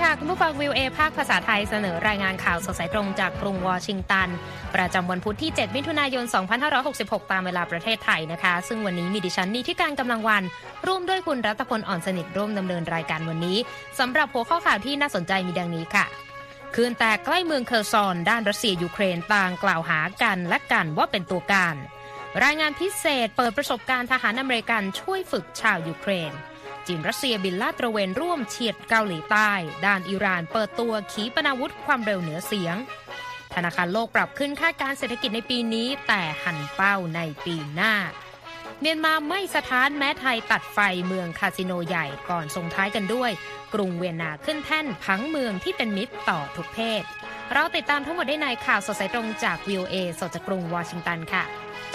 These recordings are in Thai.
ค่ะคุณผู้ฟัง VOA ภาคภาษาไทยเสนอรายงานข่าวสดสายตรงจากกรุงวอชิงตันประจำวันพุธที่7มิถุนายน2566ตามเวลาประเทศไทยนะคะซึ่งวันนี้มีดิฉันนิติการกำลังวันร่วมด้วยคุณรัตพลอ่อนสนิทร่วมดำเนินรายการวันนี้สำหรับหัวข้อข่าวที่น่าสนใจมีดังนี้ค่ะคืนแตกใกล้เมืองเคอร์ซอนด้านรัสเซียยูเครนต่างกล่าวหากันและกันว่าเป็นตัวการรายงานพิเศษเปิดประสบการณ์ทหารอเมริกันช่วยฝึกชาวยูเครนจีนรัสเซียบินลาดตระเวนร่วมเฉียดเกาหลีใต้ด้านอิหร่านเปิดตัวขีปนาวุธความเร็วเหนือเสียงธนาคารโลกปรับขึ้นคาดการณ์เศรษฐกิจในปีนี้แต่หันเป้าในปีหน้าเมียนมาไม่สะท้านแม้ไทยตัดไฟเมืองคาสิโนใหญ่ก่อนส่งท้ายกันด้วยกรุงเวียนนาขึ้นแท่นผังเมืองที่เป็นมิตรต่อทุกเพศเราติดตามทั้งหมดได้ในข่าวสดสายตรงจาก VOA สดจากกรุงวอชิงตันค่ะ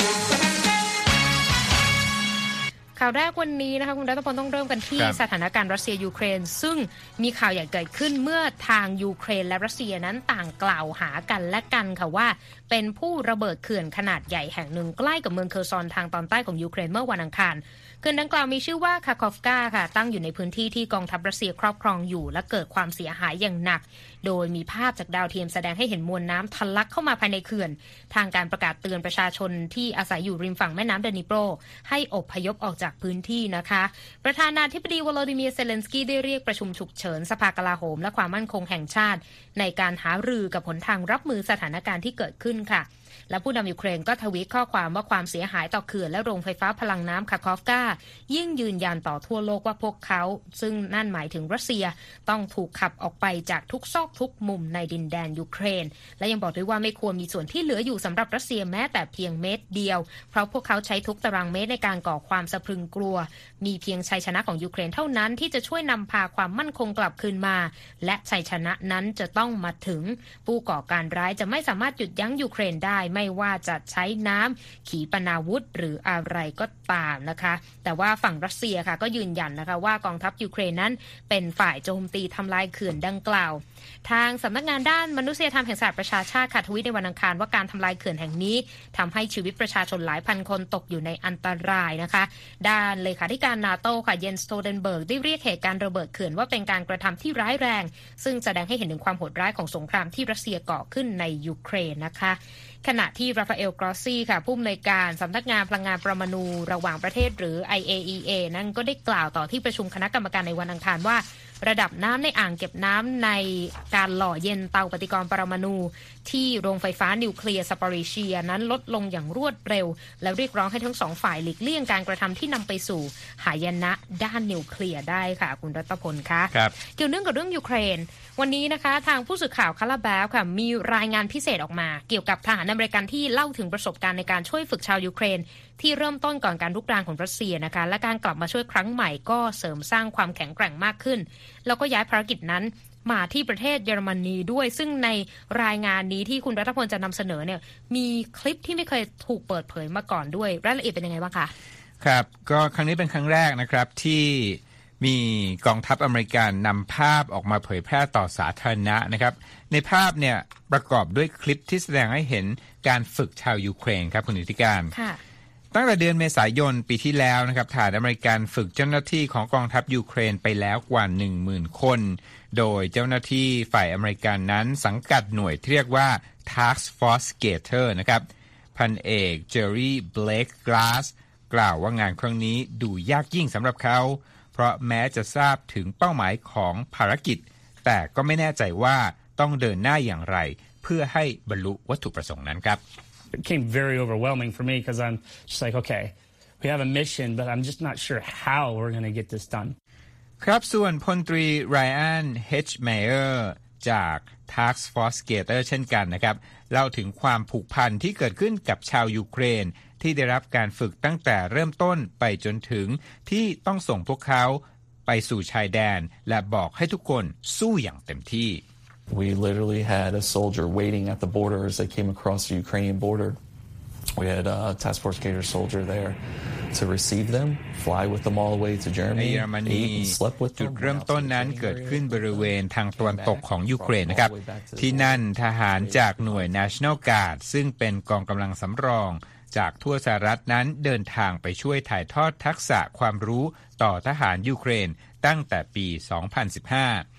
ข่าวแรกวันนี้นะคะคุณรัตพลต้องเริ่มกันที่สถานการณ์รัสเซียยูเครนซึ่งมีข่าวใหญ่เกิดขึ้นเมื่อทางยูเครนและรัสเซียนั้นต่างกล่าวหากันและกันค่ะว่าเป็นผู้ระเบิดเขื่อนขนาดใหญ่แห่งหนึ่งใกล้กับเมืองเคอร์ซอนทางตอนใต้ของยูเครนเมื่อวันอังคารเขื่อนดังกล่าวมีชื่อว่าคาคอฟกาค่ะตั้งอยู่ในพื้นที่ที่กองทัพรัสเซียครอบครองอยู่และเกิดความเสียหายอย่างหนักโดยมีภาพจากดาวเทียมแสดงให้เห็นมวลน้ำทะลักเข้ามาภายในเขื่อนทางการประกาศเตือนประชาชนที่อาศัยอยู่ริมฝั่งแม่น้ำเดนิโปรให้อพยพออกจากพื้นที่นะคะประธานาธิบดีวโลดิเมียร์เซเลนสกี้ได้เรียกประชุมฉุกเฉินสภากลาโหมและความมั่นคงแห่งชาติในการหารือกับหนทางรับมือสถานการณ์ที่เกิดขึ้นค่ะและผู้นำยูเครนก็ทวีตข้อความว่าความเสียหายต่อเขื่อนและโรงไฟฟ้าพลังน้ำคาคอฟกายิ่งยืนยันต่อทั่วโลกว่าพวกเขาซึ่งนั่นหมายถึงรัสเซียต้องถูกขับออกไปจากทุกซอกทุกมุมในดินแดนยูเครนและยังบอกด้วยว่าไม่ควรมีส่วนที่เหลืออยู่สำหรับรัสเซียแม้แต่เพียงเม็ดเดียวเพราะพวกเขาใช้ทุกตารางเมตรในการก่อความสะพรึงกลัวมีเพียงชัยชนะของยูเครนเท่านั้นที่จะช่วยนำพาความมั่นคงกลับคืนมาและชัยชนะนั้นจะต้องมาถึงผู้ก่อการร้ายจะไม่สามารถหยุดยั้งยูเครนได้ไม่ว่าจะใช้น้ำขีปนาวุธหรืออะไรก็ตามนะคะแต่ว่าฝั่งรัสเซียค่ะก็ยืนยันนะคะว่ากองทัพยูเครนนั้นเป็นฝ่ายโจมตีทำลายเขื่อนดังกล่าวทางสำนักงานด้านมนุษยธรรมแห่งสหประชาชาติค่ะทวีตในวันอังคารว่าการทำลายเขื่อนแห่งนี้ทำให้ชีวิตประชาชนหลายพันคนตกอยู่ในอันตรายนะคะด้านเลขาธิการนาโต้ค่ะเยนสโตเดนเบิร์กได้เรียกเหตุการณ์ระเบิดเขื่อนว่าเป็นการกระทำที่ร้ายแรงซึ่งแสดงให้เห็นถึงความโหดร้ายของสงครามที่รัสเซียก่อขึ้นในยูเครนนะคะขณะที่ราฟาเอลกรอสซี่ค่ะผู้อำนวยการสำนักงานพลังงานปรมาณูระหว่างประเทศหรือ IAEA นั้นก็ได้กล่าวต่อที่ประชุมคณะกรรมการในวันอังคารว่าระดับน้ำในอ่างเก็บน้ำในการหล่อเย็นเตาปฏิกรณ์ปรมาณูที่โรงไฟฟ้านิวเคลียร์ซาปอริเชียนั้นลดลงอย่างรวดเร็วและเรียกร้องให้ทั้งสองฝ่ายหลีกเลี่ยงการกระทำที่นำไปสู่หายนะด้านนิวเคลียร์ได้ค่ะคุณรัตพลคะเกี่ยวเนื่องกับเรื่องยูเครนวันนี้นะคะทางผู้สื่อข่าวคาราแบลค่ะมีรายงานพิเศษออกมาเกี่ยวกับทหารอเมริกันที่เล่าถึงประสบการณ์ในการช่วยฝึกชาวยูเครนที่เริ่มต้นก่อนการรุกรานของรัสเซียนะคะและการกลับมาช่วยครั้งใหม่ก็เสริมสร้างความแข็งแกร่งมากขึ้นแล้วก็ย้ายภารกิจนั้นมาที่ประเทศเยอรมนีด้วยซึ่งในรายงานนี้ที่คุณรัตพลจะนำเสนอเนี่ยมีคลิปที่ไม่เคยถูกเปิดเผยมาก่อนด้วยรายละเอียดเป็นยังไงบ้างคะครับก็ครั้งนี้เป็นครั้งแรกนะครับที่มีกองทัพอเมริกันนำภาพออกมาเผยแพร่ต่อสาธารณะนะครับในภาพเนี่ยประกอบด้วยคลิปที่แสดงให้เห็นการฝึกชาวยูเครนครับคุณนิติการตั้งแต่เดือนเมษายนปีที่แล้วนะครับทหารอเมริกันฝึกเจ้าหน้าที่ของกองทัพยูเครนไปแล้วกว่า 10,000 คนโดยเจ้าหน้าที่ฝ่ายอเมริกันนั้นสังกัดหน่วยที่เรียกว่า Task Force Gator นะครับพันเอกเจอรี่เบลคกลาสกล่าวว่างานครั้งนี้ดูยากยิ่งสำหรับเขาเพราะแม้จะทราบถึงเป้าหมายของภารกิจแต่ก็ไม่แน่ใจว่าต้องเดินหน้าอย่างไรเพื่อให้บรรลุวัตถุประสงค์นั้นครับ It became very overwhelming for me because I'm just like, okay, we have a mission, but I'm just not sure how we're going to get this done. ครับส่วนพลตรีไรอันเฮชเมเยอร์จาก Task Force Gator เช่นกันนะครับเล่าถึงความผูกพันที่เกิดขึ้นกับชาวยูเครนที่ได้รับการฝึกตั้งแต่เริ่มต้นไปจนถึงที่ต้องส่งพวกเขาไปสู่ชายแดนและบอกให้ทุกคนสู้อย่างเต็มที่ We literally had a soldier waiting at the border as they came across the Ukrainian border. We had a Task Force Gator soldier there to receive them, fly with them all the way to Germany, eat and slept with them. จุดเริ่มต้นนั้นเกิดขึ้นบริเวณทางตะวันตกของยูเครนนะครับที่นั่นทหารจากหน่วย National Guard ซึ่งเป็นกองกำลังสำรองจากทั่วสหรัฐนั้นเดินทางไปช่วยถ่ายทอดทักษะความรู้ต่อทหารยูเครนตั้งแต่ปี 2015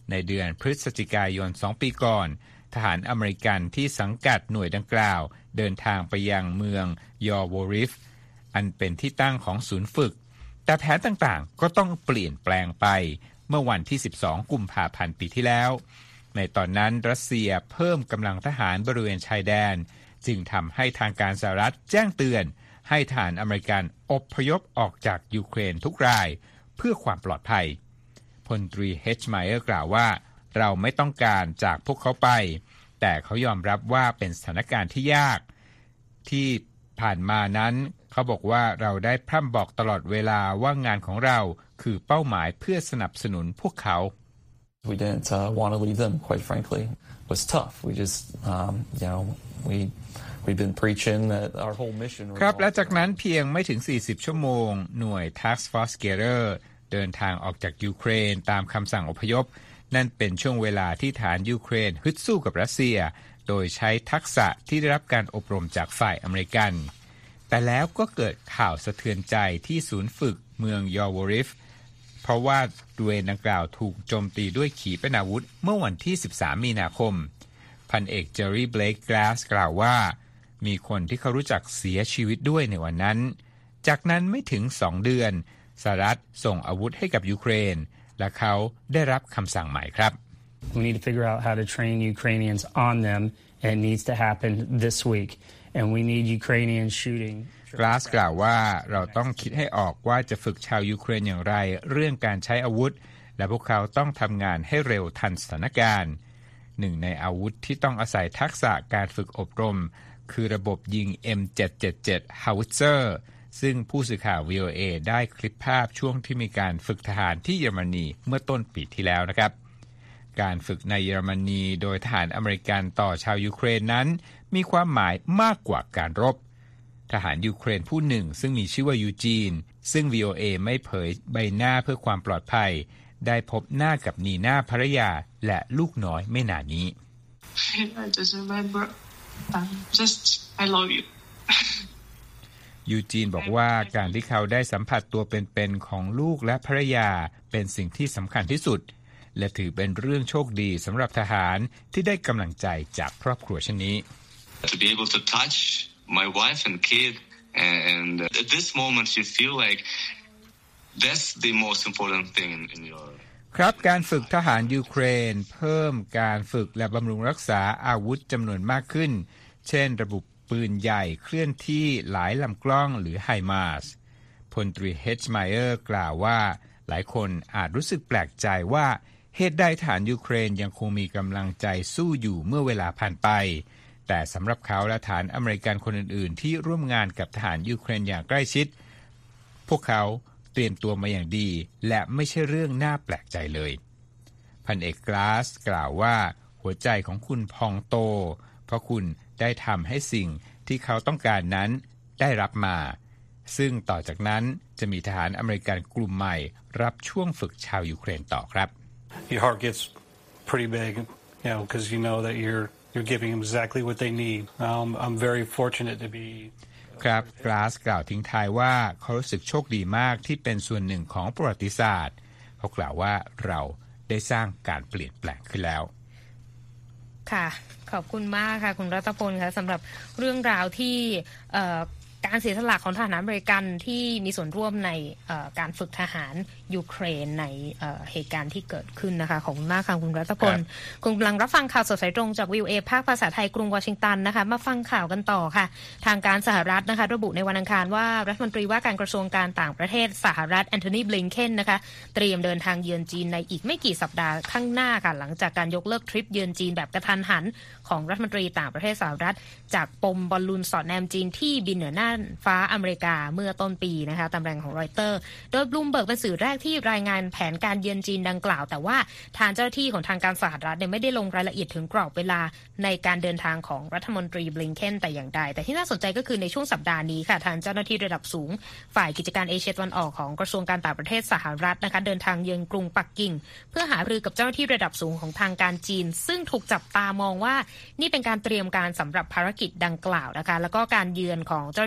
ในเดือนพฤศจิกายน2 ปีก่อนทหารอเมริกันที่สังกัดหน่วยดังกล่าวเดินทางไปยังเมืองยอร์โวริฟอันเป็นที่ตั้งของศูนย์ฝึกแต่แผนต่างๆก็ต้องเปลี่ยนแปลงไปเมื่อวันที่12 กุมภาพันธ์ปีที่แล้วในตอนนั้นรัสเซียเพิ่มกำลังทหารบริเวณชายแดนจึงทำให้ทางการสหรัฐแจ้งเตือนให้ทหารอเมริกันอพยพออกจากยูเครนทุกรายเพื่อความปลอดภัยพลตรีเฮชไมเออร์กล่าวว่าเราไม่ต้องการจากพวกเขาไปแต่เขายอมรับว่าเป็นสถานการณ์ที่ยากที่ผ่านมานั้นเขาบอกว่าเราได้พร่ำบอกตลอดเวลาว่างานของเราคือเป้าหมายเพื่อสนับสนุนพวกเขา We didn't want to leave them, quite frankly. It was tough. We just, we've been preaching that our whole mission. ครับและจากนั้นเพียงไม่ถึง40 ชั่วโมงหน่วย Task Force Gator เดินทางออกจากยูเครนตามคำสั่งอพยพนั่นเป็นช่วงเวลาที่ฐานยูเครนฮึดสู้กับรัสเซียโดยใช้ทักษะที่ได้รับการอบรมจากฝ่ายอเมริกันแต่แล้วก็เกิดข่าวสะเทือนใจที่ศูนย์ฝึกเมืองยอร์โวริฟเพราะว่าบริเวณดังกล่าวถูกโจมตีด้วยขีปนาวุธเมื่อวันที่13 มีนาคมพันเอกเจอรี่เบลคกลาสกล่าวว่ามีคนที่เขารู้จักเสียชีวิตด้วยในวันนั้นจากนั้นไม่ถึง2 เดือนสหรัฐส่งอาวุธให้กับยูเครนและเขาได้รับคำสั่งใหม่ครับ We need to figure out how to train Ukrainians on them and it needs to happen this week and we need Ukrainians shooting กลาสกล่าวว่าเราต้องคิดให้ออกว่าจะฝึกชาวยูเครนอย่างไรเรื่องการใช้อาวุธและพวกเขาต้องทำงานให้เร็วทันสถานการณ์หนึ่งในอาวุธที่ต้องอาศัยทักษะการฝึกอบรมคือระบบยิง M777 Howitzer ซึ่งผู้สื่อข่าว VOA ได้คลิปภาพช่วงที่มีการฝึกทหารที่เยอรมนีเมื่อต้นปีที่แล้วนะครับการฝึกในเยอรมนีโดยทหารอเมริกันต่อชาวยูเครนนั้นมีความหมายมากกว่าการรบทหารยูเครนผู้หนึ่งซึ่งมีชื่อว่ายูจีนซึ่ง VOA ไม่เผยใบหน้าเพื่อความปลอดภัยได้พบหน้ากับนีน่าภรรยาและลูกน้อยไม่นานนี้ I just remember just I love you ยูจีนบอกว่าการที่เขาได้สัมผัสตัวเป็นๆของลูกและภรรยาเป็นสิ่งที่สำคัญที่สุดและถือเป็นเรื่องโชคดีสำหรับทหารที่ได้กำลังใจจากครอบครัวเช่นนี้ To be able to touch my wife and kid and at this moment you feel like that's the most important thing in your ครับการฝึกทหารยูเครนเพิ่มการฝึกและบำรุงรักษาอาวุธจำนวนมากขึ้นเช่นระบบปืนใหญ่เคลื่อนที่หลายลำกล้องหรือไฮมาร์สพลตรีเฮชไมเออร์กล่าวว่าหลายคนอาจรู้สึกแปลกใจว่าเหตุใดทหารยูเครนยังคงมีกำลังใจสู้อยู่เมื่อเวลาผ่านไปแต่สำหรับเขาและทหารอเมริกันคนอื่นๆที่ร่วมงานกับทหารยูเครนอย่างใกล้ชิดพวกเขาเตรียมตัวมาอย่างดีและไม่ใช่เรื่องน่าแปลกใจเลยพันเอกกลาสกล่าวว่าหัวใจของคุณพองโตเพราะคุณได้ทำให้สิ่งที่เขาต้องการนั้นได้รับมาซึ่งต่อจากนั้นจะมีทหารอเมริกันกลุ่มใหม่รับช่วงฝึกชาวยูเครนต่อครับ Your heart gets pretty big, because you know that you're giving them exactly what they need. I'm very fortunate to be ครับกลาสกล่าวทิ้งท้ายว่าเขารู้สึกโชคดีมากที่เป็นส่วนหนึ่งของประวัติศาสตร์เขากล่าวว่าเราได้สร้างการเปลี่ยนแปลงขึ้นแล้วค่ะขอบคุณมากค่ะคุณรัตพลค่ะสำหรับเรื่องราวที่การเสียสละของทหารอเมริกันที่มีส่วนร่วมในการฝึกทหารยูเครนในเหตุการณ์ที่เกิดขึ้นนะคะขอบคุณมากค่ะคุณรัตพลคุณกำลังรับฟังข่าวสดสายตรงจาก VOA ภาคภาษาไทยกรุงวอชิงตันนะคะมาฟังข่าวกันต่อค่ะทางการสหรัฐนะคะระบุในวันอังคารว่ารัฐมนตรีว่าการกระทรวงการต่างประเทศสหรัฐแอนโทนีบลิงเคนนะคะเตรียมเดินทางเยือนจีนในอีกไม่กี่สัปดาห์ข้างหน้าค่ะหลังจากการยกเลิกทริปเยือนจีนแบบกระทันหันของรัฐมนตรีต่างประเทศสหรัฐจากปมบอลลูนสอดแนมจีนที่บินเหนือน่านฟ้าอเมริกาเมื่อต้นปีนะคะตามรายงานของรอยเตอร์โดยบลูมเบิร์กเป็นสื่อแรกที่รายงานแผนการเยือนจีนดังกล่าวแต่ว่าทางเจ้าหน้าที่ของทางการสหรัฐไม่ได้ลงรายละเอียดถึงกรอบเวลาในการเดินทางของรัฐมนตรีบลิงเคนแต่อย่างใดแต่ที่น่าสนใจก็คือในช่วงสัปดาห์นี้ค่ะทางเจ้าหน้าที่ระดับสูงฝ่ายกิจการเอเชียตะวันออกของกระทรวงการต่างประเทศสหรัฐนะคะเดินทางเยือนกรุงปักกิ่งเพื่อหารือกับเจ้าหน้าที่ระดับสูงของทางการจีนซึ่งถูกจับตามองว่านี่เป็นการเตรียมการสำหรับภารกิจดังกล่าวนะคะแล้วก็การเยือนของเจ้าหน้าที่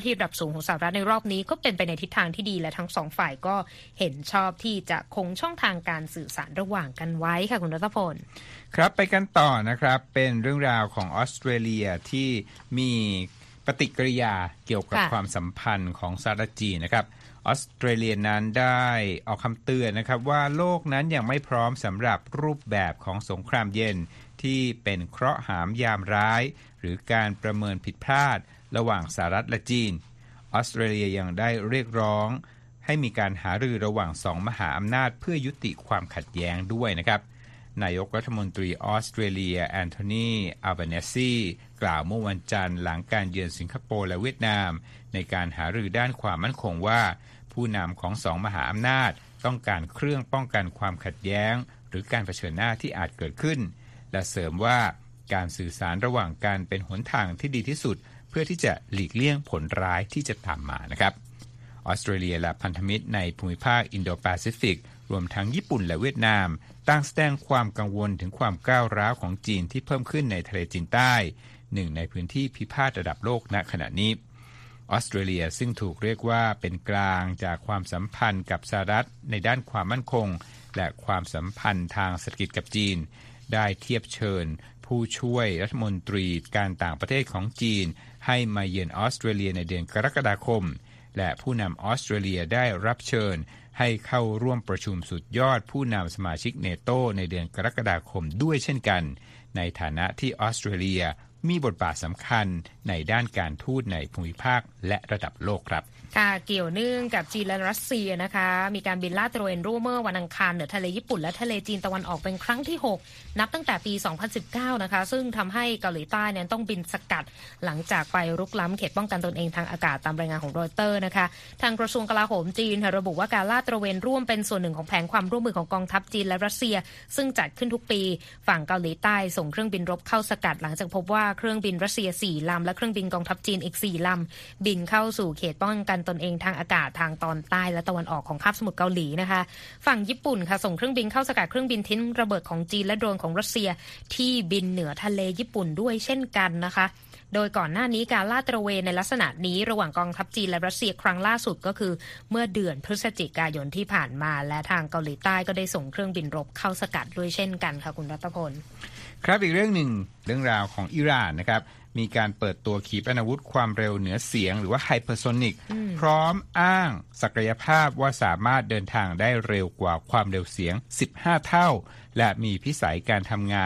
ที่ระดับสูงของสหรัฐในรอบนี้ก็เป็นไปในทิศทางที่ดีและทั้งสองฝ่ายก็เห็นชอบที่จะคงช่องทางการสื่อสารระหว่างกันไว้ค่ะคุณรัตพลครับไปกันต่อนะครับเป็นเรื่องราวของออสเตรเลียที่มีปฏิกิริยาเกี่ยวกับความสัมพันธ์ของสหรัฐจีนนะครับออสเตรเลียนั้นได้ออกคำเตือนนะครับว่าโลกนั้นยังไม่พร้อมสำหรับรูปแบบของสงครามเย็นที่เป็นเคราะห์หามยามร้ายหรือการประเมินผิดพลาดระหว่างสหรัฐและจีนออสเตรเลียยังได้เรียกร้องให้มีการหารือระหว่างสองมหาอำนาจเพื่อยุติความขัดแย้งด้วยนะครับนายกรัฐมนตรีออสเตรเลียแอนโทนีอัลบาเนซีกล่าวเมื่อวันจันทร์หลังการเยือนสิงคโปร์และเวียดนามในการหารือด้านความมั่นคงว่าผู้นำของสองมหาอำนาจต้องการเครื่องป้องกันความขัดแย้งหรือการเผชิญหน้าที่อาจเกิดขึ้นและเสริมว่าการสื่อสารระหว่างกันเป็นหนทางที่ดีที่สุดเพื่อที่จะหลีกเลี่ยงผลร้ายที่จะตามมานะครับออสเตรเลียและพันธมิตรในภูมิภาคอินโดแปซิฟิกรวมทั้งญี่ปุ่นและเวียดนามต่างแสดงความกังวลถึงความก้าวร้าวของจีนที่เพิ่มขึ้นในทะเลจีนใต้หนึ่งในพื้นที่พิพาทระดับโลกณขณะนี้ออสเตรเลียซึ่งถูกเรียกว่าเป็นกลางจากความสัมพันธ์กับสหรัฐในด้านความมั่นคงและความสัมพันธ์ทางเศรษฐกิจกับจีนได้เทียบเชิญผู้ช่วยรัฐมนตรีการต่างประเทศของจีนให้มาเยือนออสเตรเลียในเดือนกรกฎาคมและผู้นำออสเตรเลียได้รับเชิญให้เข้าร่วมประชุมสุดยอดผู้นำสมาชิกเนโตในเดือนกรกฎาคมด้วยเช่นกันในฐานะที่ออสเตรเลียมีบทบาทสำคัญในด้านการทูตในภูมิภาคและระดับโลกครับค่ะเกี่ยวเนื่องกับจีนและรัสเซียนะคะมีการบินลาดตระเวนร่วมเมื่อวันอังคารเหนือทะเลญี่ปุ่นและทะเลจีนตะวันออกเป็นครั้งที่6นับตั้งแต่ปี 2019 นะคะซึ่งทำให้เกาหลีใต้นั้นต้องบินสกัดหลังจากไปรุกล้ำเขตป้องกันตนเองทางอากาศตามรายงานของรอยเตอร์นะคะทางกระทรวงกลาโหมจีนระบุว่าการลาดตระเวนร่วมเป็นส่วนหนึ่งของแผนความร่วมมือของกองทัพจีนและรัสเซียซึ่งจัดขึ้นทุกปีฝั่งเกาหลีใต้ส่งเครื่องบินรบเข้าสกัดหลังจากพบว่าเครื่องบินรัสเซีย4ลำและเครื่องบินกองทัพจีนอีก4ลำบินเข้าสู่เขตป้องกันตนเองทางอากาศทางตอนใต้และตะวันออกของคาบสมุทรเกาหลีนะคะฝั่งญี่ปุ่นค่ะส่งเครื่องบินเข้าสกัดเครื่องบินทิ้งระเบิดของจีนและโดรนของรัสเซียที่บินเหนือทะเลญี่ปุ่นด้วยเช่นกันนะคะโดยก่อนหน้านี้การลาดตระเวนในลักษณะนี้ระหว่างกองทัพจีนและรัสเซียครั้งล่าสุดก็คือเมื่อเดือนพฤศจิกายนที่ผ่านมาและทางเกาหลีใต้ก็ได้ส่งเครื่องบินรบเข้าสกัดด้วยเช่นกันค่ะคุณรัตพลครับอีกเรื่องหนึ่งเรื่องราวของอิหร่านนะครับมีการเปิดตัวขีปนาวุธความเร็วเหนือเสียงหรือว่าไฮเปอร์โซนิกพร้อมอ้างศักยภาพว่าสามารถเดินทางได้เร็วกว่าความเร็วเสียง15เท่าและมีพิสัยการทำงาน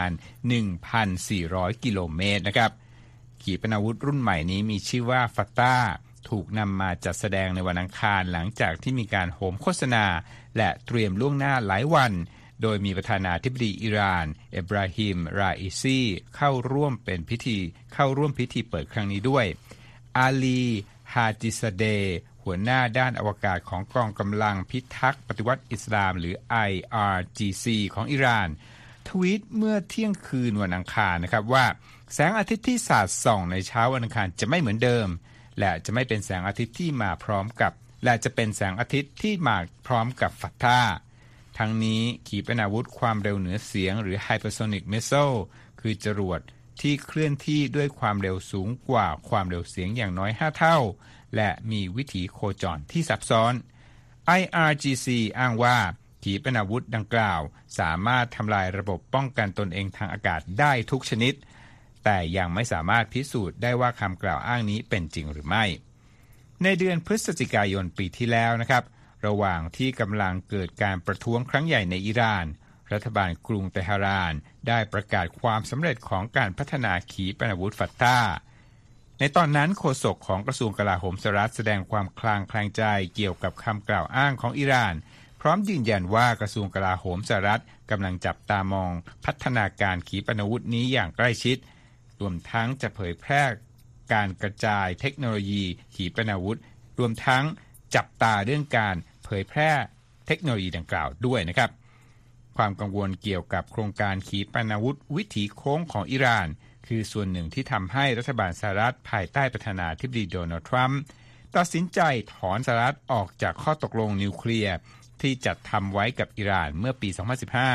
1,400 กิโลเมตรนะครับขีปนาวุธรุ่นใหม่นี้มีชื่อว่าฟัตตาถูกนำมาจัดแสดงในวันอังคารหลังจากที่มีการโหมโฆษณาและเตรียมล่วงหน้าหลายวันโดยมีประธานาธิบดีอิหร่านอิบราฮิมราอิซีเข้าร่วมพิธีเปิดครั้งนี้ด้วยอาลีฮาจิซาเดหัวหน้าด้านอวกาศของกองกำลังพิทักษ์ปฏิวัติอิสลามหรือ IRGC ของอิหร่านทวีตเมื่อเที่ยงคืนวันอังคารนะครับว่าแสงอาทิตย์ที่สาดส่องในเช้าวันอังคารจะไม่เหมือนเดิมและจะไม่เป็นแสงอาทิตย์ที่มาพร้อมกับและจะเป็นแสงอาทิตย์ที่มาพร้อมกับฟัตตาทั้งนี้ขีปนาวุธความเร็วเหนือเสียงหรือ Hypersonic Missile คือจรวดที่เคลื่อนที่ด้วยความเร็วสูงกว่าความเร็วเสียงอย่างน้อย5เท่าและมีวิถีโคจรที่ซับซ้อน IRGC อ้างว่าขีปนาวุธดังกล่าวสามารถทำลายระบบป้องกันตนเองทางอากาศได้ทุกชนิดแต่ยังไม่สามารถพิสูจน์ได้ว่าคำกล่าวอ้างนี้เป็นจริงหรือไม่ในเดือนพฤศจิกายนปีที่แล้วนะครับระหว่างที่กำลังเกิดการประท้วงครั้งใหญ่ในอิหร่านรัฐบาลกรุงเตหะรานได้ประกาศความสำเร็จของการพัฒนาขีปนาวุธฟัตตาในตอนนั้นโฆษกของกระทรวงกลาโหมสหรัฐแสดงความคลางแคลงใจเกี่ยวกับคำกล่าวอ้างของอิหร่านพร้อมยืนยันว่ากระทรวงกลาโหมสหรัฐกำลังจับตามองพัฒนาการขีปนาวุธนี้อย่างใกล้ชิดรวมทั้งจะเผยแพร่การกระจายเทคโนโลยีขีปนาวุธรวมทั้งจับตาเรื่องการเผยแพร่เทคโนโลยีดังกล่าวด้วยนะครับความกังวลเกี่ยวกับโครงการขีปนาวุธวิถีโค้งของอิหร่านคือส่วนหนึ่งที่ทำให้รัฐบาลสหรัฐภายใต้ประธานาธิบดีโดนัลด์ทรัมป์ตัดสินใจถอนสหรัฐออกจากข้อตกลงนิวเคลียร์ที่จัดทำไว้กับอิหร่านเมื่อปี 2015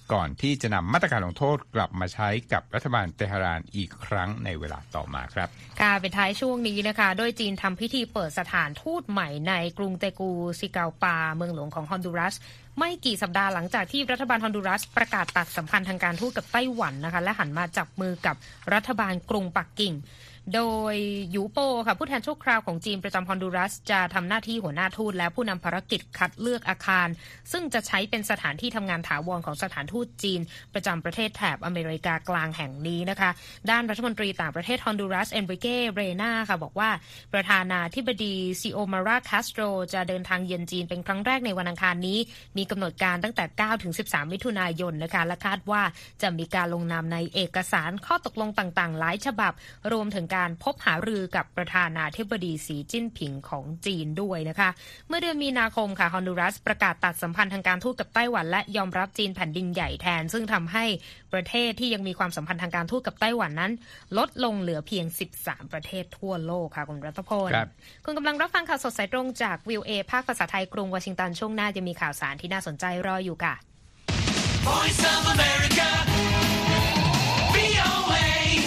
ก่อนที่จะนำมาตรการลงโทษกลับมาใช้กับรัฐบาลเตหะรานอีกครั้งในเวลาต่อมาครับค่ะเป็นท้ายช่วงนี้นะคะโดยจีนทำพิธีเปิดสถานทูตใหม่ในกรุงเตกูซิเกาปาเมืองหลวงของฮอนดูรัสไม่กี่สัปดาห์หลังจากที่รัฐบาลฮอนดูรัสประกาศตัดสัมพันธ์ทางการทูตกับไต้หวันนะคะและหันมาจับมือกับรัฐบาลกรุงปักกิ่งโดยยูโปค่ะผู้แทนชั่วคราวของจีนประจำฮอนดูรัสจะทำหน้าที่หัวหน้าทูตและผู้นำภารกิจคัดเลือกอาคารซึ่งจะใช้เป็นสถานที่ทำงานถาวรของสถานทูตจีนประจำประเทศแถบอเมริกากลางแห่งนี้นะคะด้านรัฐมนตรีต่างประเทศฮอนดูรัสเอนริเก้เรนาค่ะบอกว่าประธานาธิบดีซิโอมาราคาสโตรจะเดินทางเยือนจีนเป็นครั้งแรกในวันอังคารนี้มีกำหนดการตั้งแต่9 ถึง 13 มิถุนายนนะคะและคาดว่าจะมีการลงนามในเอกสารข้อตกลงต่างๆหลายฉบับรวมถึงการพบหารือกับประธานาธิบดีสีจิ้นผิงของจีนด้วยนะคะเมื่อเดือนมีนาคมค่ะฮอนดูรัสประกาศตัดสัมพันธ์ทางการทูตกับไต้หวันและยอมรับจีนแผ่นดินใหญ่แทนซึ่งทำให้ประเทศที่ยังมีความสัมพันธ์ทางการทูตกับไต้หวันนั้นลดลงเหลือเพียง13ประเทศทั่วโลกค่ะคุณรัตพลคุณกำลังรับฟังข่าวสดสายตรงจาก VOA ภาคภาษาไทยกรุงวอชิงตันช่วงหน้าจะมีข่าวสารที่น่าสนใจรออยู่ค่ะ Voice of America VOA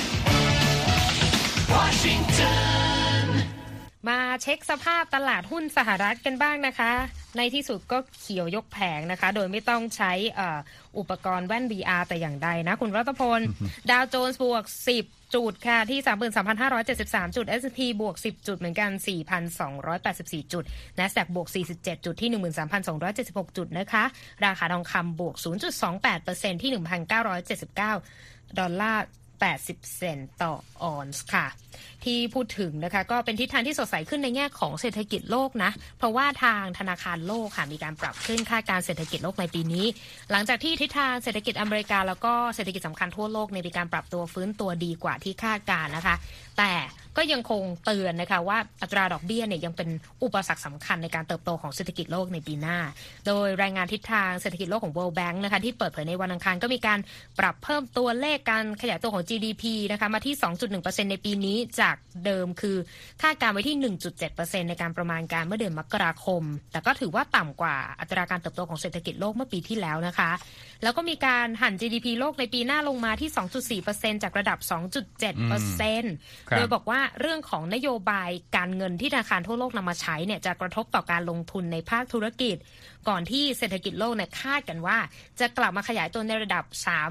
Washington มาเช็คสภาพตลาดหุ้นสหรัฐกันบ้างนะคะในที่สุดก็เขียวยกแผงนะคะโดยไม่ต้องใช้อุปกรณ์แว่น VR แต่อย่างใดนะคุณรัตพล ดาวโจนส์บวก10จุดค่ะที่ 33,573 จุด S&P บวก10จุดเหมือนกัน 4,284 จุด NASDAQ บวก47จุดที่ 13,276 จุดนะคะราคาทองคำบวก 0.28% ที่ 1,979 ดอลลาร์80 เซนต์ต่อออนซ์ค่ะที่พูดถึงนะคะก็เป็นทิศทางที่สดใสขึ้นในแง่ของเศรษฐกิจโลกนะเพราะว่าทางธนาคารโลกค่ะมีการปรับขึ้นคาดการณ์เศรษฐกิจโลกในปีนี้หลังจากที่ทิศทางเศรษฐกิจอเมริกาแล้วก็เศรษฐกิจสำคัญทั่วโลกมีการปรับตัวฟื้นตัวดีกว่าที่คาดการณ์นะคะแต่ก็ยังคงเตือนนะคะว่าอัตราดอกเบี้ยเนี่ยยังเป็นอุปสรรคสำคัญในการเติบโตของเศรษฐกิจโลกในปีหน้าโดยรายงานทิศทางเศรษฐกิจโลกของ World Bank นะคะที่เปิดเผยในวันอังคารก็มีการปรับเพิ่มตัวเลขการขยายตัวของ GDP นะคะมาที่ 2.1% ในปีนี้จากเดิมคือคาดการณ์ไว้ที่ 1.7% ในการประมาณการเมื่อเดือนมกราคมแต่ก็ถือว่าต่ำกว่าอัตราการเติบโตของเศรษฐกิจโลกเมื่อปีที่แล้วนะคะแล้วก็มีการหั่น GDP โลกในปีหน้าลงมาที่ 2.4% จากระดับ 2.7% โดยบอกว่าเรื่องของนโยบายการเงินที่ธนาคารทั่วโลกนำมาใช้เนี่ยจะกระทบต่อการลงทุนในภาคธุรกิจก่อนที่เศรษฐกิจโลกเนี่ยคาดกันว่าจะกลับมาขยายตัวในระดับ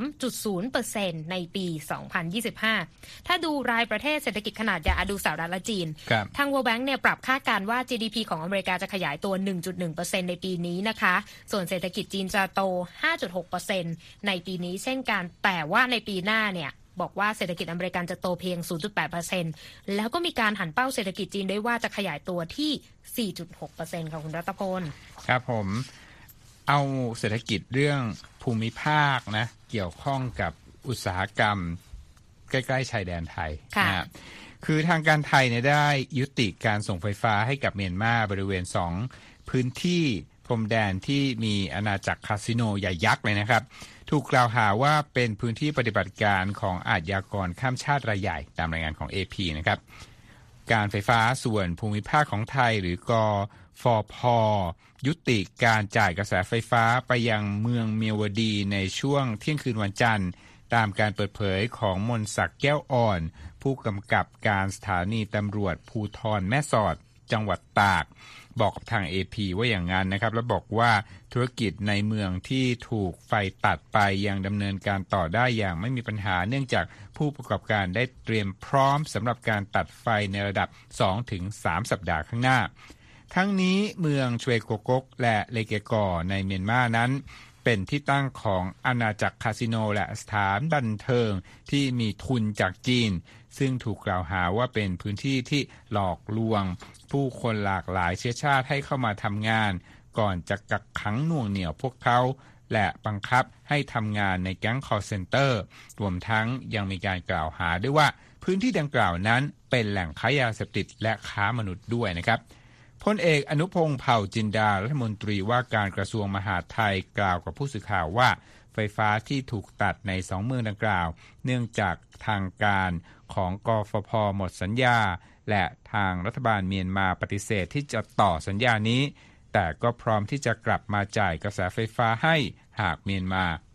3.0% ในปี 2025 ถ้าดูรายประเทศเศรษฐกิจขนาดใหญ่ดูสหรัฐและจีนทาง World Bank เนี่ยปรับคาดการณ์ว่า GDP ของอเมริกาจะขยายตัว 1.1% ในปีนี้นะคะส่วนเศรษฐกิจจีนจะโต 5.6% ในปีนี้เช่นกันแต่ว่าในปีหน้าเนี่ยบอกว่าเศรษฐกิจอเมริกันจะโตเพียง 0.8% แล้วก็มีการหันเป้าเศรษฐกิจจีนด้วยว่าจะขยายตัวที่ 4.6% ค่ะคุณรัตพลครับผมเอาเศรษฐกิจเรื่องภูมิภาคนะเกี่ยวข้องกับอุตสาหกรรมใกล้ๆชายแดนไทยนะคือทางการไทยเนี่ยได้ยุติการส่งไฟฟ้าให้กับเมียนมาบริเวณ2พื้นที่พรมแดนที่มีอาณาจักรคาสิโนใหญ่ยักษ์เลยนะครับถูกกล่าวหาว่าเป็นพื้นที่ปฏิบัติการของอาชญากรข้ามชาติรายใหญ่ตามรายงานของ AP นะครับการไฟฟ้าส่วนภูมิภาคของไทยหรือกฟผ.ยุติการจ่ายกระแสไฟฟ้าไปยังเมืองเมียวดีในช่วงเที่ยงคืนวันจันทร์ตามการเปิดเผยของมนศักดิ์แก้วอ่อนผู้กำกับการสถานีตำรวจภูธรแม่สอดจังหวัดตากบอกกับทาง AP ว่าอย่างนั้นนะครับและบอกว่าธุรกิจในเมืองที่ถูกไฟตัดไปยังดำเนินการต่อได้อย่างไม่มีปัญหาเนื่องจากผู้ประกอบการได้เตรียมพร้อมสำหรับการตัดไฟในระดับ 2-3 สัปดาห์ข้างหน้าทั้งนี้เมืองชเวโกกกและเลเกกอในเมียนมานั้นเป็นที่ตั้งของอาณาจักรคาสิโนและสถานบันเทิงที่มีทุนจากจีนซึ่งถูกกล่าวหาว่าเป็นพื้นที่ที่หลอกลวงผู้คนหลากหลายเชื้อชาติให้เข้ามาทำงานก่อนจะกักขังหน่วงเหนี่ยวพวกเขาและบังคับให้ทำงานในแก๊ง call center รวมทั้งยังมีการกล่าวหาด้วยว่าพื้นที่ดังกล่าวนั้นเป็นแหล่งค้ายาเสพติดและค้ามนุษย์ด้วยนะครับพลเอกอนุพงษ์เผ่าจินดารัฐมนตรีว่าการกระทรวงมหาดไทยกล่าวกับผู้สื่อข่าวว่าไฟฟ้าที่ถูกตัดใน2เมืองดังกล่าวเนื่องจากทางการของกฟผ.หมดสัญญาและทางรัฐบาลเมียนมาปฏิเสธที่จะต่อสัญญานี้แต่ก็พร้อมที่จะกลับมาจ่ายกระแสไฟฟ้าให้หากเมียนมา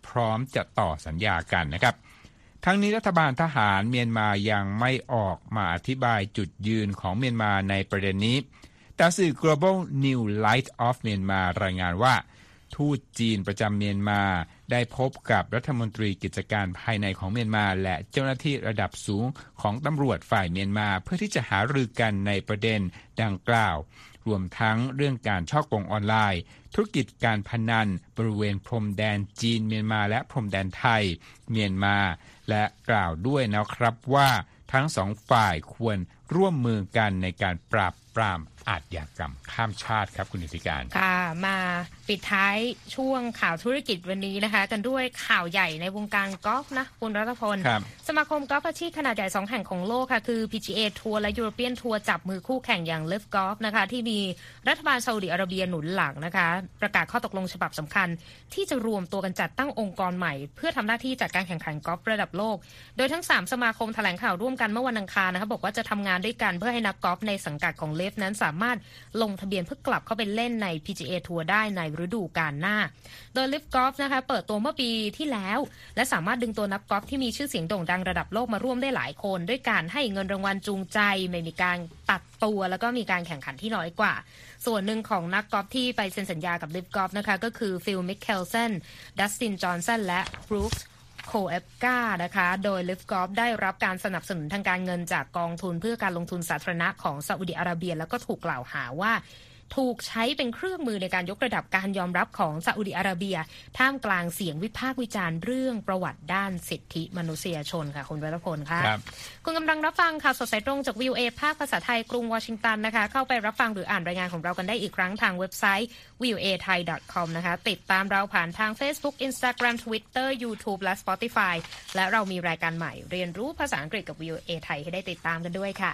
พร้อมจะต่อสัญญากันนะครับทั้งนี้รัฐบาลทหารเมียนมายังไม่ออกมาอธิบายจุดยืนของเมียนมาในประเด็นนี้แต่สื่อ Global New Light of Myanmar รายงานว่าทูตจีนประจำเมียนมาได้พบกับรัฐมนตรีกิจการภายในของเมียนมาและเจ้าหน้าที่ระดับสูงของตำรวจฝ่ายเมียนมาเพื่อที่จะหารือกันในประเด็นดังกล่าวรวมทั้งเรื่องการฉ้อโกงออนไลน์ธุรกิจการพนันบริเวณพรมแดนจีนเมียนมาและพรมแดนไทยเมียนมาและกล่าวด้วยนะครับว่าทั้งสองฝ่ายควรร่วมมือกันในการปราบปรามอาชญากรรมข้ามชาติครับคุณนิติการค่ะมาปิดท้ายช่วงข่าวธุรกิจวันนี้นะคะกันด้วยข่าวใหญ่ในวงการกอล์ฟนะคุณรัตพลสมาคมกอล์ฟอาชีพขนาดใหญ่2แห่งของโลกค่ะคือ PGA ทัวร์และ European ทัวร์จับมือคู่แข่งอย่าง LIV Golf นะคะที่มีรัฐบาลซาอุดิอาระเบียหนุนหลังนะคะประกาศข้อตกลงฉบับสำคัญที่จะรวมตัวกันจัดตั้งองค์กรใหม่เพื่อทำหน้าที่จัดการแข่งขันกอล์ฟระดับโลกโดยทั้ง3สมาคมแถลงข่าวร่วมกันเมื่อวันอังคารนะคะบอกว่าจะทำงานด้วยกันเพื่อให้นักกอล์ฟในสังกัดของ LIV นั้นสามารถลงทะเบียนเพื่อกลับเข้าไปเล่นใน PGA ทัวร์ได้ในฤดูกาลหน้าโดย LIV Golf นะคะเปิดตัวเมื่อปีที่แล้วและสามารถดึงตัวนักกอล์ฟที่มีชื่อเสียงโด่งดังระดับโลกมาร่วมได้หลายคนด้วยการให้เงินรางวัลจูงใจไม่มีการตัดตัวแล้วก็มีการแข่งขันที่น้อยกว่าส่วนหนึ่งของนักกอล์ฟที่ไปเซ็นสัญญากับ LIV Golf นะคะก็คือฟิลมิคเคลสันดัสตินจอห์นสันและบรูคส์โคเอฟกานะคะโดย LIV Golf ได้รับการสนับสนุนทางการเงินจากกองทุนเพื่อการลงทุนสาธารณะของซาอุดิอาระเบียแล้วก็ถูกกล่าวหาว่าถูกใช้เป็นเครื่องมือในการยกระดับการยอมรับของซาอุดิอาระเบียท่ามกลางเสียงวิพากษ์วิจารณ์เรื่องประวัติด้านสิทธิมนุษยชนค่ะคุณรัตพลค่ะคุณกำลังรับฟังข่าวสดสายตรงจาก VOA ภาคภาษาไทยกรุงวอชิงตันนะคะเข้าไปรับฟังหรืออ่านรายงานของเรากันได้อีกครั้งทางเว็บไซต์ voathai.com นะคะติดตามเราผ่านทาง Facebook Instagram Twitter YouTube และ Spotify และเรามีรายการใหม่เรียนรู้ภาษาอังกฤษกับ VOA ไทยให้ได้ติดตามกันด้วยค่ะ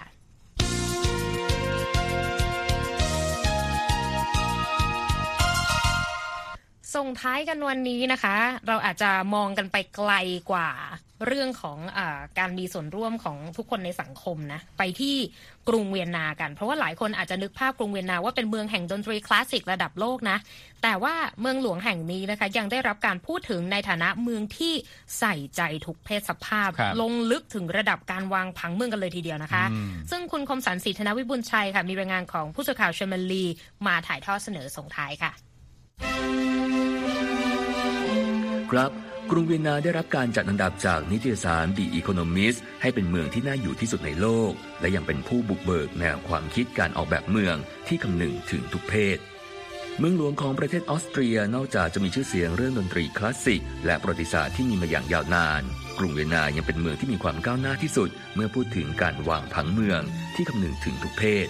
ส่งท้ายกันวันนี้นะคะเราอาจจะมองกันไปไกลกว่าเรื่องของการมีส่วนร่วมของทุกคนในสังคมนะไปที่กรุงเวียนนากันเพราะว่าหลายคนอาจจะนึกภาพกรุงเวียนนาว่าเป็นเมืองแห่งดนตรีคลาสสิกระดับโลกนะแต่ว่าเมืองหลวงแห่งนี้นะคะยังได้รับการพูดถึงในฐานะเมืองที่ใส่ใจทุกเพศสภาพลงลึกถึงระดับการวางผังเมืองกันเลยทีเดียวนะคะซึ่งคุณคมสันต์ ศรีธนวิบูลย์ชัยค่ะมีรายงานของผู้สื่อข่าวเชมเบอร์ลีมาถ่ายทอดเสนอส่งท้ายค่ะครับกรุงเวียนนาได้รับการจัดอันดับจากนิตยสาร The Economist ให้เป็นเมืองที่น่าอยู่ที่สุดในโลกและยังเป็นผู้บุกเบิกแนวความคิดการออกแบบเมืองที่คำนึงถึงทุกเพศเมืองหลวงของประเทศออสเตรียนอกจากจะมีชื่อเสียงเรื่องดนตรีคลาสสิกและประวัติศาสตร์ที่มีมาอย่างยาวนานกรุงเวียนนายังเป็นเมืองที่มีความก้าวหน้าที่สุดเมื่อพูดถึงการวางผังเมืองที่คำนึงถึงทุกเพศ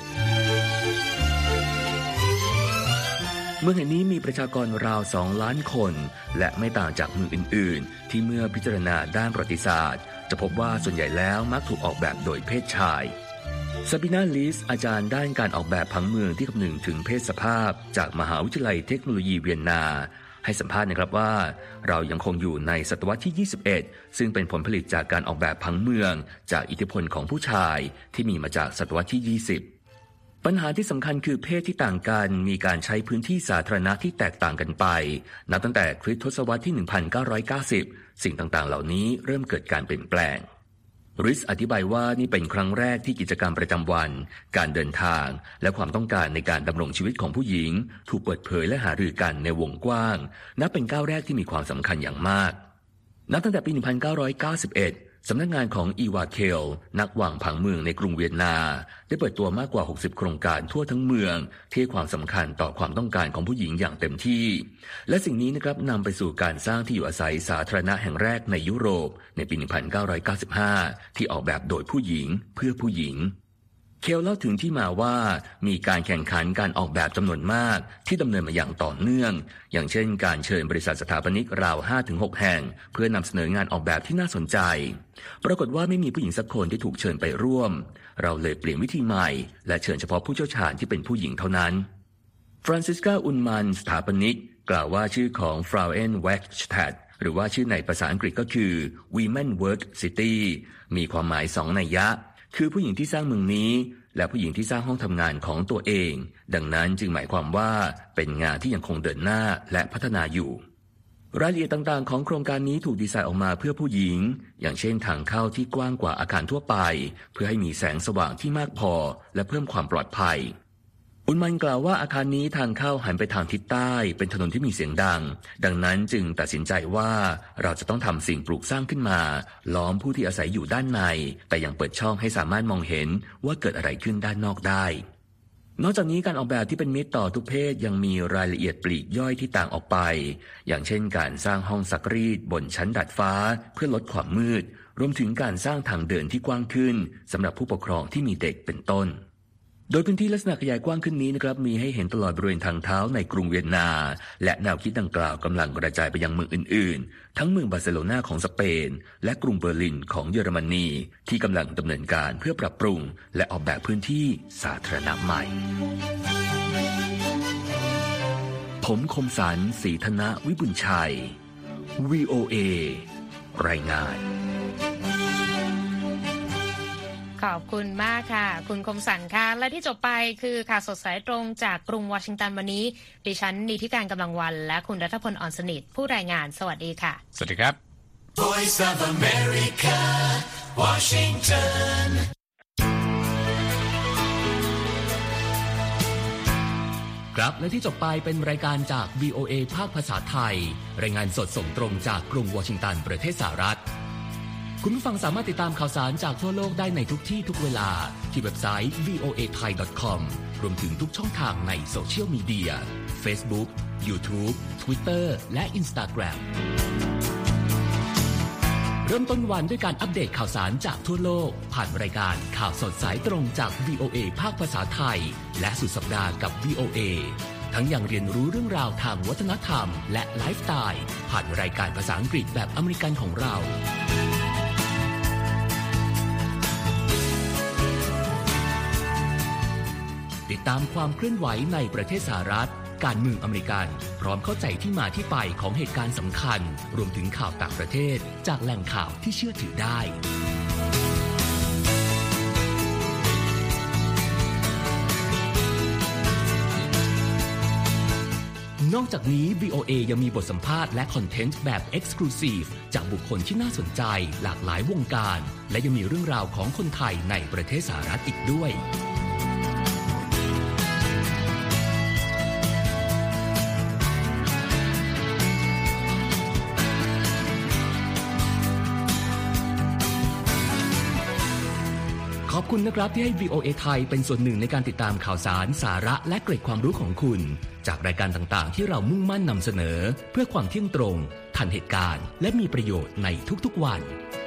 เมืองแห่งนี้มีประชากรราว 2 ล้านคนและไม่ต่างจากเมืองอื่นๆที่เมื่อพิจารณาด้านประวัติศาสตร์จะพบว่าส่วนใหญ่แล้วมักถูกออกแบบโดยเพศชายซาบินาลิสอาจารย์ด้านการออกแบบผังเมืองที่คำนึงถึงเพศสภาพจากมหาวิทยาลัยเทคโนโลยีเวียนนาให้สัมภาษณ์นะครับว่าเรายังคงอยู่ในศตวรรษที่21ซึ่งเป็นผลผลิตจากการออกแบบผังเมืองจากอิทธิพลของผู้ชายที่มีมาจากศตวรรษที่20ปัญหาที่สำคัญคือเพศที่ต่างกันมีการใช้พื้นที่สาธารณะที่แตกต่างกันไปนับตั้งแต่คริสตศตวรรษที่1990สิ่งต่างๆเหล่านี้เริ่มเกิดการเปลี่ยนแปลงริสอธิบายว่านี่เป็นครั้งแรกที่กิจกรรมประจำวันการเดินทางและความต้องการในการดำรงชีวิตของผู้หญิงถูกเปิดเผยและหารือกันในวงกว้างนับเป็นก้าวแรกที่มีความสำคัญอย่างมากนับตั้งแต่ปี1991สำนักงานของอีวาเคลนักวางผังเมืองในกรุงเวียนนาได้เปิดตัวมากกว่า60โครงการทั่วทั้งเมืองที่ให้ความสำคัญต่อความต้องการของผู้หญิงอย่างเต็มที่และสิ่งนี้นะครับนำไปสู่การสร้างที่อยู่อาศัยสาธารณะแห่งแรกในยุโรปในปี1995ที่ออกแบบโดยผู้หญิงเพื่อผู้หญิงเคลเล่าถึงที่มาว่ามีการแข่งขันการออกแบบจำนวนมากที่ดำเนินมาอย่างต่อเนื่องอย่างเช่นการเชิญบริษัทสถาปนิกราว 5-6 แห่งเพื่อนำเสนองานออกแบบที่น่าสนใจปรากฏว่าไม่มีผู้หญิงสักคนที่ถูกเชิญไปร่วมเราเลยเปลี่ยนวิธีใหม่และเชิญเฉพาะผู้เชี่ยวชาญที่เป็นผู้หญิงเท่านั้นฟรานซิสกาอุนมันสถาปนิกกล่าวว่าชื่อของฟราวเอนแวกสแตดหรือว่าชื่อในภาษาอังกฤษก็คือ Women Work City มีความหมาย2นัยยะคือผู้หญิงที่สร้างเมืองนี้และผู้หญิงที่สร้างห้องทำงานของตัวเองดังนั้นจึงหมายความว่าเป็นงานที่ยังคงเดินหน้าและพัฒนาอยู่รายละเอียดต่างๆของโครงการนี้ถูกดีไซน์ออกมาเพื่อผู้หญิงอย่างเช่นทางเข้าที่กว้างกว่าอาคารทั่วไปเพื่อให้มีแสงสว่างที่มากพอและเพิ่มความปลอดภัยอุลมันกล่าวว่าอาคารนี้ทางเข้าหันไปทางทิศใต้เป็นถนนที่มีเสียงดังดังนั้นจึงตัดสินใจว่าเราจะต้องทำสิ่งปลูกสร้างขึ้นมาล้อมผู้ที่อาศัยอยู่ด้านในแต่ยังเปิดช่องให้สามารถมองเห็นว่าเกิดอะไรขึ้นด้านนอกได้นอกจากนี้การออกแบบที่เป็นมิตรต่อทุกเพศยังมีรายละเอียดปลีกย่อยที่ต่างออกไปอย่างเช่นการสร้างห้องซักรีดบนชั้นดาดฟ้าเพื่อลดความมืดรวมถึงการสร้างทางเดินที่กว้างขึ้นสำหรับผู้ปกครองที่มีเด็กเป็นต้นโดยพื้นที่ลักษณะขยายกว้างขึ้นนี้นะครับมีให้เห็นตลอดบริเวณทางเท้าในกรุงเวียนนาและแนวคิดดังกล่าวกำลังกระจายไปยังเมืองอื่นๆทั้งเมืองบาร์เซโลนาของสเปนและกรุงเบอร์ลินของเยอรมนีที่กำลังดำเนินการเพื่อปรับปรุงและออกแบบพื้นที่สาธารณะใหม่ผมคมสันต์ ศรีธนะวิบุญชัย VOA รายงานขอบคุณมากค่ะคุณคมสันต์ค่ะและที่จบไปคือข่าวสดสายตรงจากกรุงวอชิงตันวันนี้ดิฉันนิติการกำลังวันและคุณรัฐพลอ่อนสนิทผู้รายงานสวัสดีค่ะสวัสดีครับ Voice of America Washington ครับและที่จบไปเป็นรายการจาก VOA ภาคภาษาไทยรายงานสดส่งตรงจากกรุงวอชิงตันประเทศสหรัฐคุณผู้ฟังสามารถติดตามข่าวสารจากทั่วโลกได้ในทุกที่ทุกเวลาที่เว็บไซต์ voathai.com รวมถึงทุกช่องทางในโซเชียลมีเดีย Facebook, YouTube, Twitter และ Instagram เริ่มต้นวันด้วยการอัปเดตข่าวสารจากทั่วโลกผ่านรายการข่าวสดสายตรงจาก VOA ภาคภาษาไทยและสุดสัปดาห์กับ VOA ทั้งยังเรียนรู้เรื่องราวทางวัฒนธรรมและไลฟ์สไตล์ผ่านรายการภาษาอังกฤษแบบอเมริกันของเราติดตามความเคลื่อนไหวในประเทศสหรัฐการเมืองอเมริกันพร้อมเข้าใจที่มาที่ไปของเหตุการณ์สำคัญรวมถึงข่าวต่างประเทศจากแหล่งข่าวที่เชื่อถือได้นอกจากนี้ VOA ยังมีบทสัมภาษณ์และคอนเทนต์แบบ Exclusive จากบุคคลที่น่าสนใจหลากหลายวงการและยังมีเรื่องราวของคนไทยในประเทศสหรัฐอีกด้วยขอบคุณนะครับที่ให้ VOA ไทยเป็นส่วนหนึ่งในการติดตามข่าวสารสาระและเกร็ดความรู้ของคุณจากรายการต่างๆที่เรามุ่งมั่นนำเสนอเพื่อความเที่ยงตรงทันเหตุการณ์และมีประโยชน์ในทุกๆวัน